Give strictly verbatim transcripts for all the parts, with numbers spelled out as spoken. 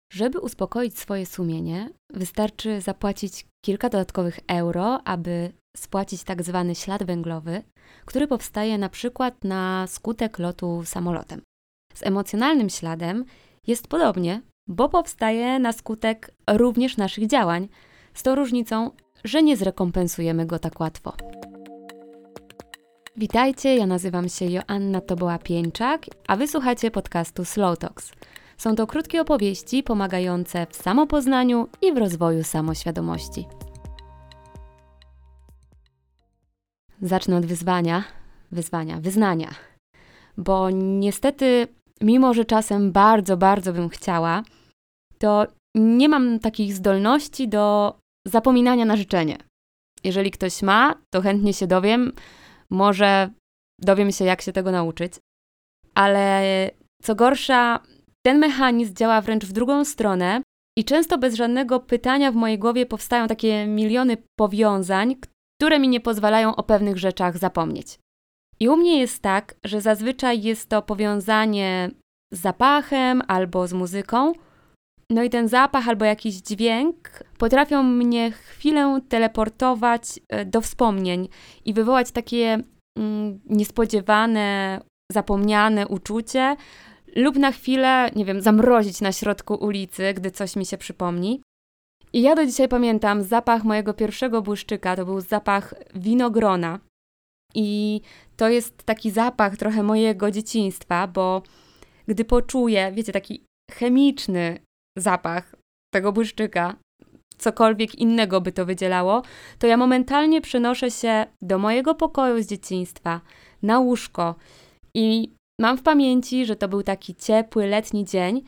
Żeby uspokoić swoje sumienie, wystarczy zapłacić kilka dodatkowych euro, aby spłacić tak zwany ślad węglowy, który powstaje na przykład na skutek lotu samolotem. Z emocjonalnym śladem jest podobnie, bo powstaje na skutek również naszych działań, z tą różnicą, że nie zrekompensujemy go tak łatwo. Witajcie, ja nazywam się Joanna Toboła-Pieńczak, a wysłuchacie podcastu Slow Talks. Są to krótkie opowieści pomagające w samopoznaniu i w rozwoju samoświadomości. Zacznę od wyzwania, wyzwania, wyznania. Bo niestety, mimo że czasem bardzo, bardzo bym chciała, to nie mam takich zdolności do zapominania na życzenie. Jeżeli ktoś ma, to chętnie się dowiem, może dowiem się, jak się tego nauczyć. Ale co gorsza, ten mechanizm działa wręcz w drugą stronę i często bez żadnego pytania w mojej głowie powstają takie miliony powiązań, które mi nie pozwalają o pewnych rzeczach zapomnieć. I u mnie jest tak, że zazwyczaj jest to powiązanie z zapachem albo z muzyką. No i ten zapach albo jakiś dźwięk potrafią mnie chwilę teleportować do wspomnień i wywołać takie mm, niespodziewane, zapomniane uczucie lub na chwilę, nie wiem, zamrozić na środku ulicy, gdy coś mi się przypomni. I ja do dzisiaj pamiętam zapach mojego pierwszego błyszczyka, to był zapach winogrona. I to jest taki zapach trochę mojego dzieciństwa, bo gdy poczuję, wiecie, taki chemiczny zapach tego błyszczyka, cokolwiek innego by to wydzielało, to ja momentalnie przenoszę się do mojego pokoju z dzieciństwa, na łóżko i mam w pamięci, że to był taki ciepły, letni dzień,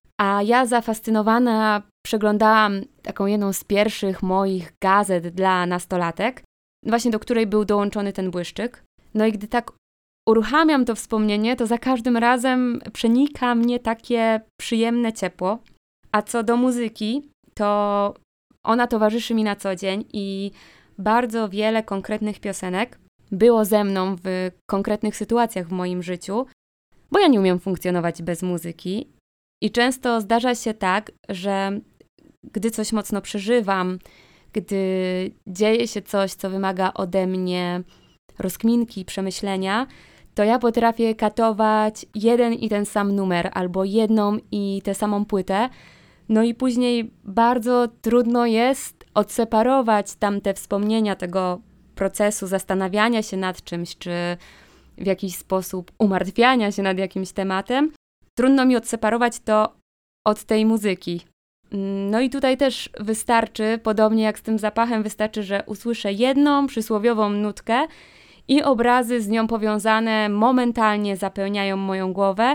a ja zafascynowana przeglądałam taką jedną z pierwszych moich gazet dla nastolatek, właśnie do której był dołączony ten błyszczyk. No i gdy tak uruchamiam to wspomnienie, to za każdym razem przenika mnie takie przyjemne ciepło. A co do muzyki, to ona towarzyszy mi na co dzień i bardzo wiele konkretnych piosenek było ze mną w konkretnych sytuacjach w moim życiu, bo ja nie umiem funkcjonować bez muzyki i często zdarza się tak, że gdy coś mocno przeżywam, gdy dzieje się coś, co wymaga ode mnie rozkminki, przemyślenia, to ja potrafię katować jeden i ten sam numer albo jedną i tę samą płytę. No i później bardzo trudno jest odseparować tamte wspomnienia tego procesu zastanawiania się nad czymś, czy w jakiś sposób umartwiania się nad jakimś tematem. Trudno mi odseparować to od tej muzyki. No i tutaj też wystarczy, podobnie jak z tym zapachem, wystarczy, że usłyszę jedną przysłowiową nutkę i obrazy z nią powiązane momentalnie zapełniają moją głowę,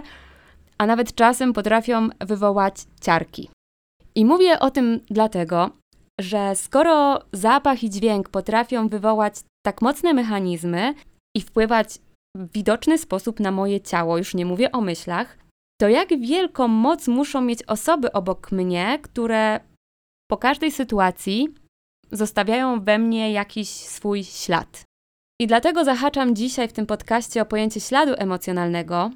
a nawet czasem potrafią wywołać ciarki. I mówię o tym dlatego, że skoro zapach i dźwięk potrafią wywołać tak mocne mechanizmy i wpływać w widoczny sposób na moje ciało, już nie mówię o myślach, to jak wielką moc muszą mieć osoby obok mnie, które po każdej sytuacji zostawiają we mnie jakiś swój ślad. I dlatego zahaczam dzisiaj w tym podcaście o pojęcie śladu emocjonalnego,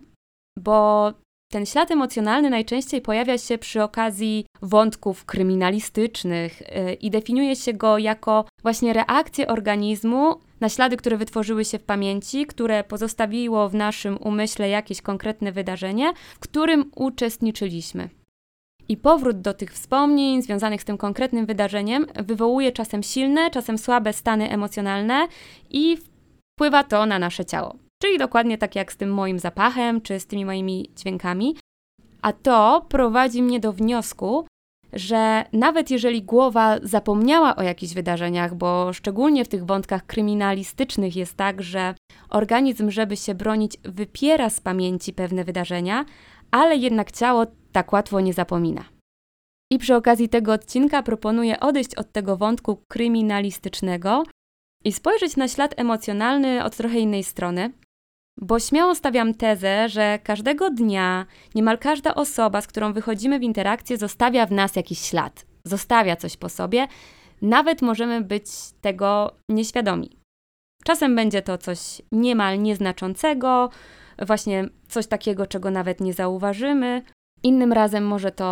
bo ten ślad emocjonalny najczęściej pojawia się przy okazji wątków kryminalistycznych yy, i definiuje się go jako właśnie reakcję organizmu na ślady, które wytworzyły się w pamięci, które pozostawiło w naszym umyśle jakieś konkretne wydarzenie, w którym uczestniczyliśmy. I powrót do tych wspomnień związanych z tym konkretnym wydarzeniem wywołuje czasem silne, czasem słabe stany emocjonalne i wpływa to na nasze ciało. Czyli dokładnie tak jak z tym moim zapachem, czy z tymi moimi dźwiękami. A to prowadzi mnie do wniosku, że nawet jeżeli głowa zapomniała o jakichś wydarzeniach, bo szczególnie w tych wątkach kryminalistycznych jest tak, że organizm, żeby się bronić, wypiera z pamięci pewne wydarzenia, ale jednak ciało tak łatwo nie zapomina. I przy okazji tego odcinka proponuję odejść od tego wątku kryminalistycznego i spojrzeć na ślad emocjonalny od trochę innej strony, bo śmiało stawiam tezę, że każdego dnia niemal każda osoba, z którą wychodzimy w interakcję, zostawia w nas jakiś ślad, zostawia coś po sobie, nawet możemy być tego nieświadomi. Czasem będzie to coś niemal nieznaczącego, właśnie coś takiego, czego nawet nie zauważymy. Innym razem może to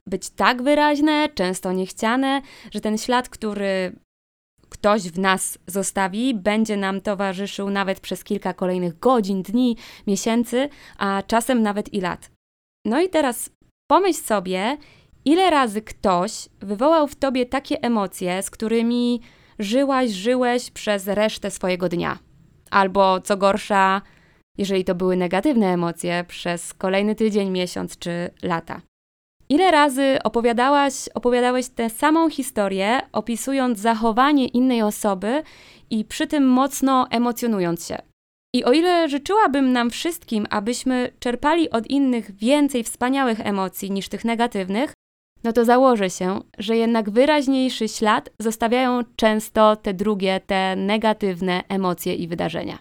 być tak wyraźne, często niechciane, że ten ślad, który ktoś w nas zostawi, będzie nam towarzyszył nawet przez kilka kolejnych godzin, dni, miesięcy, a czasem nawet i lat. No i teraz pomyśl sobie, ile razy ktoś wywołał w tobie takie emocje, z którymi żyłaś, żyłeś przez resztę swojego dnia. Albo co gorsza, jeżeli to były negatywne emocje, przez kolejny tydzień, miesiąc czy lata. Ile razy opowiadałaś, opowiadałeś tę samą historię, opisując zachowanie innej osoby i przy tym mocno emocjonując się. I o ile życzyłabym nam wszystkim, abyśmy czerpali od innych więcej wspaniałych emocji niż tych negatywnych, no to założę się, że jednak wyraźniejszy ślad zostawiają często te drugie, te negatywne emocje i wydarzenia.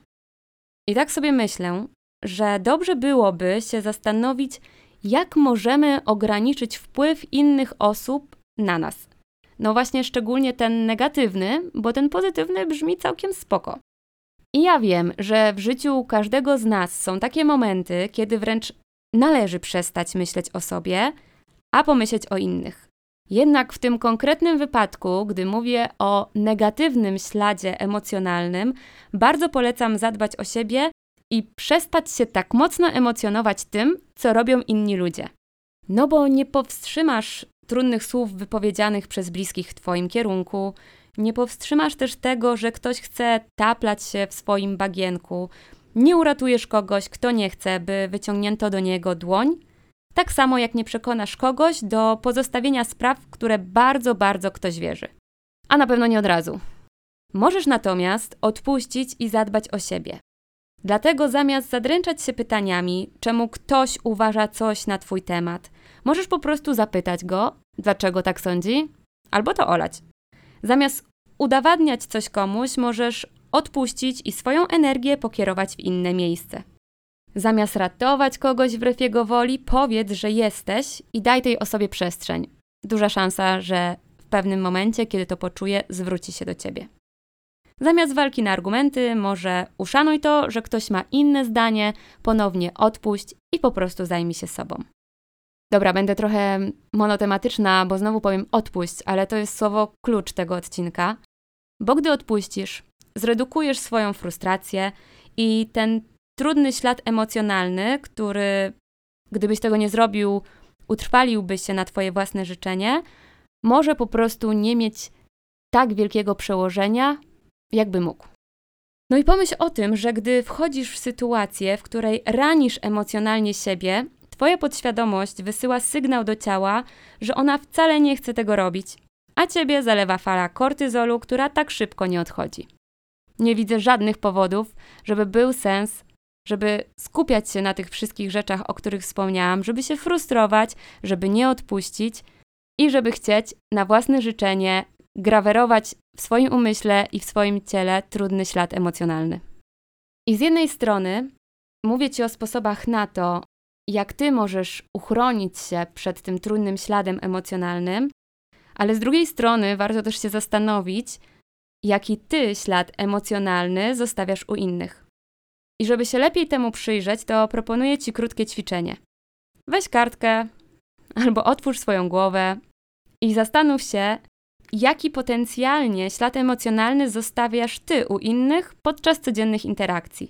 I tak sobie myślę, że dobrze byłoby się zastanowić, jak możemy ograniczyć wpływ innych osób na nas. No właśnie szczególnie ten negatywny, bo ten pozytywny brzmi całkiem spoko. I ja wiem, że w życiu każdego z nas są takie momenty, kiedy wręcz należy przestać myśleć o sobie, a pomyśleć o innych. Jednak w tym konkretnym wypadku, gdy mówię o negatywnym śladzie emocjonalnym, bardzo polecam zadbać o siebie i przestać się tak mocno emocjonować tym, co robią inni ludzie. No bo nie powstrzymasz trudnych słów wypowiedzianych przez bliskich w twoim kierunku, nie powstrzymasz też tego, że ktoś chce taplać się w swoim bagienku, nie uratujesz kogoś, kto nie chce, by wyciągnięto do niego dłoń, tak samo jak nie przekonasz kogoś do pozostawienia spraw, w które bardzo, bardzo ktoś wierzy. A na pewno nie od razu. Możesz natomiast odpuścić i zadbać o siebie. Dlatego zamiast zadręczać się pytaniami, czemu ktoś uważa coś na twój temat, możesz po prostu zapytać go, dlaczego tak sądzi, albo to olać. Zamiast udowadniać coś komuś, możesz odpuścić i swoją energię pokierować w inne miejsce. Zamiast ratować kogoś wbrew jego woli, powiedz, że jesteś i daj tej osobie przestrzeń. Duża szansa, że w pewnym momencie, kiedy to poczuje, zwróci się do ciebie. Zamiast walki na argumenty, może uszanuj to, że ktoś ma inne zdanie, ponownie odpuść i po prostu zajmij się sobą. Dobra, będę trochę monotematyczna, bo znowu powiem odpuść, ale to jest słowo klucz tego odcinka, bo gdy odpuścisz, zredukujesz swoją frustrację i ten trudny ślad emocjonalny, który, gdybyś tego nie zrobił, utrwaliłby się na twoje własne życzenie, może po prostu nie mieć tak wielkiego przełożenia, jakby mógł. No i pomyśl o tym, że gdy wchodzisz w sytuację, w której ranisz emocjonalnie siebie, twoja podświadomość wysyła sygnał do ciała, że ona wcale nie chce tego robić, a ciebie zalewa fala kortyzolu, która tak szybko nie odchodzi. Nie widzę żadnych powodów, żeby był sens, żeby skupiać się na tych wszystkich rzeczach, o których wspomniałam, żeby się frustrować, żeby nie odpuścić i żeby chcieć na własne życzenie grawerować w swoim umyśle i w swoim ciele trudny ślad emocjonalny. I z jednej strony mówię ci o sposobach na to, jak ty możesz uchronić się przed tym trudnym śladem emocjonalnym, ale z drugiej strony warto też się zastanowić, jaki ty ślad emocjonalny zostawiasz u innych. I żeby się lepiej temu przyjrzeć, to proponuję ci krótkie ćwiczenie. Weź kartkę albo otwórz swoją głowę i zastanów się, jaki potencjalnie ślad emocjonalny zostawiasz ty u innych podczas codziennych interakcji.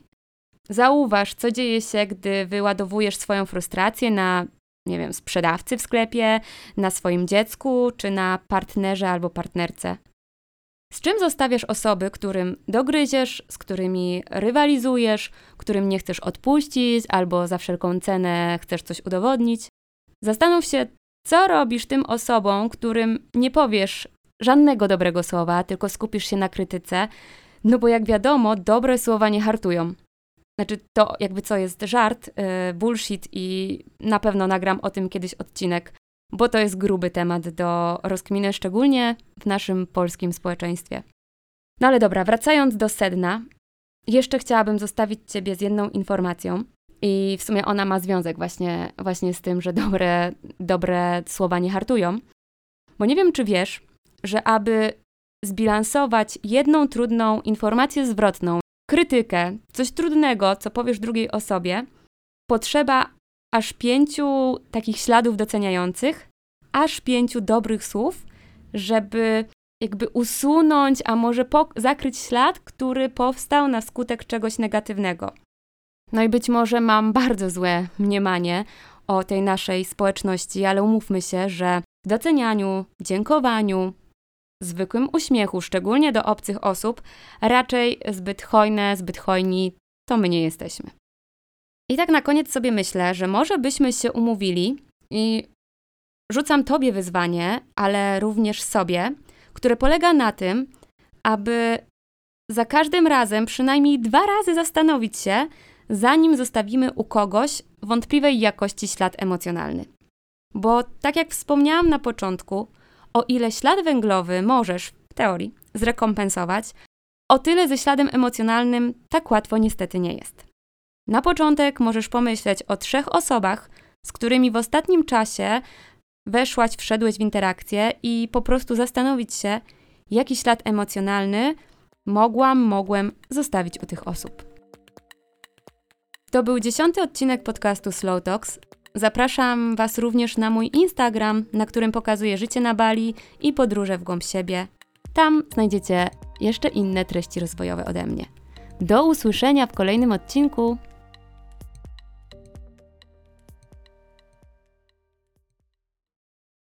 Zauważ, co dzieje się, gdy wyładowujesz swoją frustrację na, nie wiem, sprzedawcy w sklepie, na swoim dziecku, czy na partnerze albo partnerce. Z czym zostawiasz osoby, którym dogryziesz, z którymi rywalizujesz, którym nie chcesz odpuścić albo za wszelką cenę chcesz coś udowodnić? Zastanów się, co robisz tym osobom, którym nie powiesz żadnego dobrego słowa, tylko skupisz się na krytyce, no bo jak wiadomo, dobre słowa nie hartują. Znaczy to jakby co jest żart, yy, bullshit i na pewno nagram o tym kiedyś odcinek, bo to jest gruby temat do rozkminy, szczególnie w naszym polskim społeczeństwie. No ale dobra, wracając do sedna, jeszcze chciałabym zostawić ciebie z jedną informacją i w sumie ona ma związek właśnie, właśnie z tym, że dobre, dobre słowa nie hartują. Bo nie wiem, czy wiesz, że aby zbilansować jedną trudną informację zwrotną, krytykę, coś trudnego, co powiesz drugiej osobie, potrzeba aż pięciu takich śladów doceniających, aż pięciu dobrych słów, żeby jakby usunąć, a może po- zakryć ślad, który powstał na skutek czegoś negatywnego. No i być może mam bardzo złe mniemanie o tej naszej społeczności, ale umówmy się, że w docenianiu, dziękowaniu, zwykłym uśmiechu, szczególnie do obcych osób, raczej zbyt hojne, zbyt hojni, to my nie jesteśmy. I tak na koniec sobie myślę, że może byśmy się umówili i rzucam Tobie wyzwanie, ale również sobie, które polega na tym, aby za każdym razem przynajmniej dwa razy zastanowić się, zanim zostawimy u kogoś wątpliwej jakości ślad emocjonalny. Bo tak jak wspomniałam na początku, o ile ślad węglowy możesz w teorii zrekompensować, o tyle ze śladem emocjonalnym tak łatwo niestety nie jest. Na początek możesz pomyśleć o trzech osobach, z którymi w ostatnim czasie weszłaś, wszedłeś w interakcję i po prostu zastanowić się, jaki ślad emocjonalny mogłam, mogłem zostawić u tych osób. To był dziesiąty odcinek podcastu Slow Talks. Zapraszam Was również na mój Instagram, na którym pokazuję życie na Bali i podróże w głąb siebie. Tam znajdziecie jeszcze inne treści rozwojowe ode mnie. Do usłyszenia w kolejnym odcinku.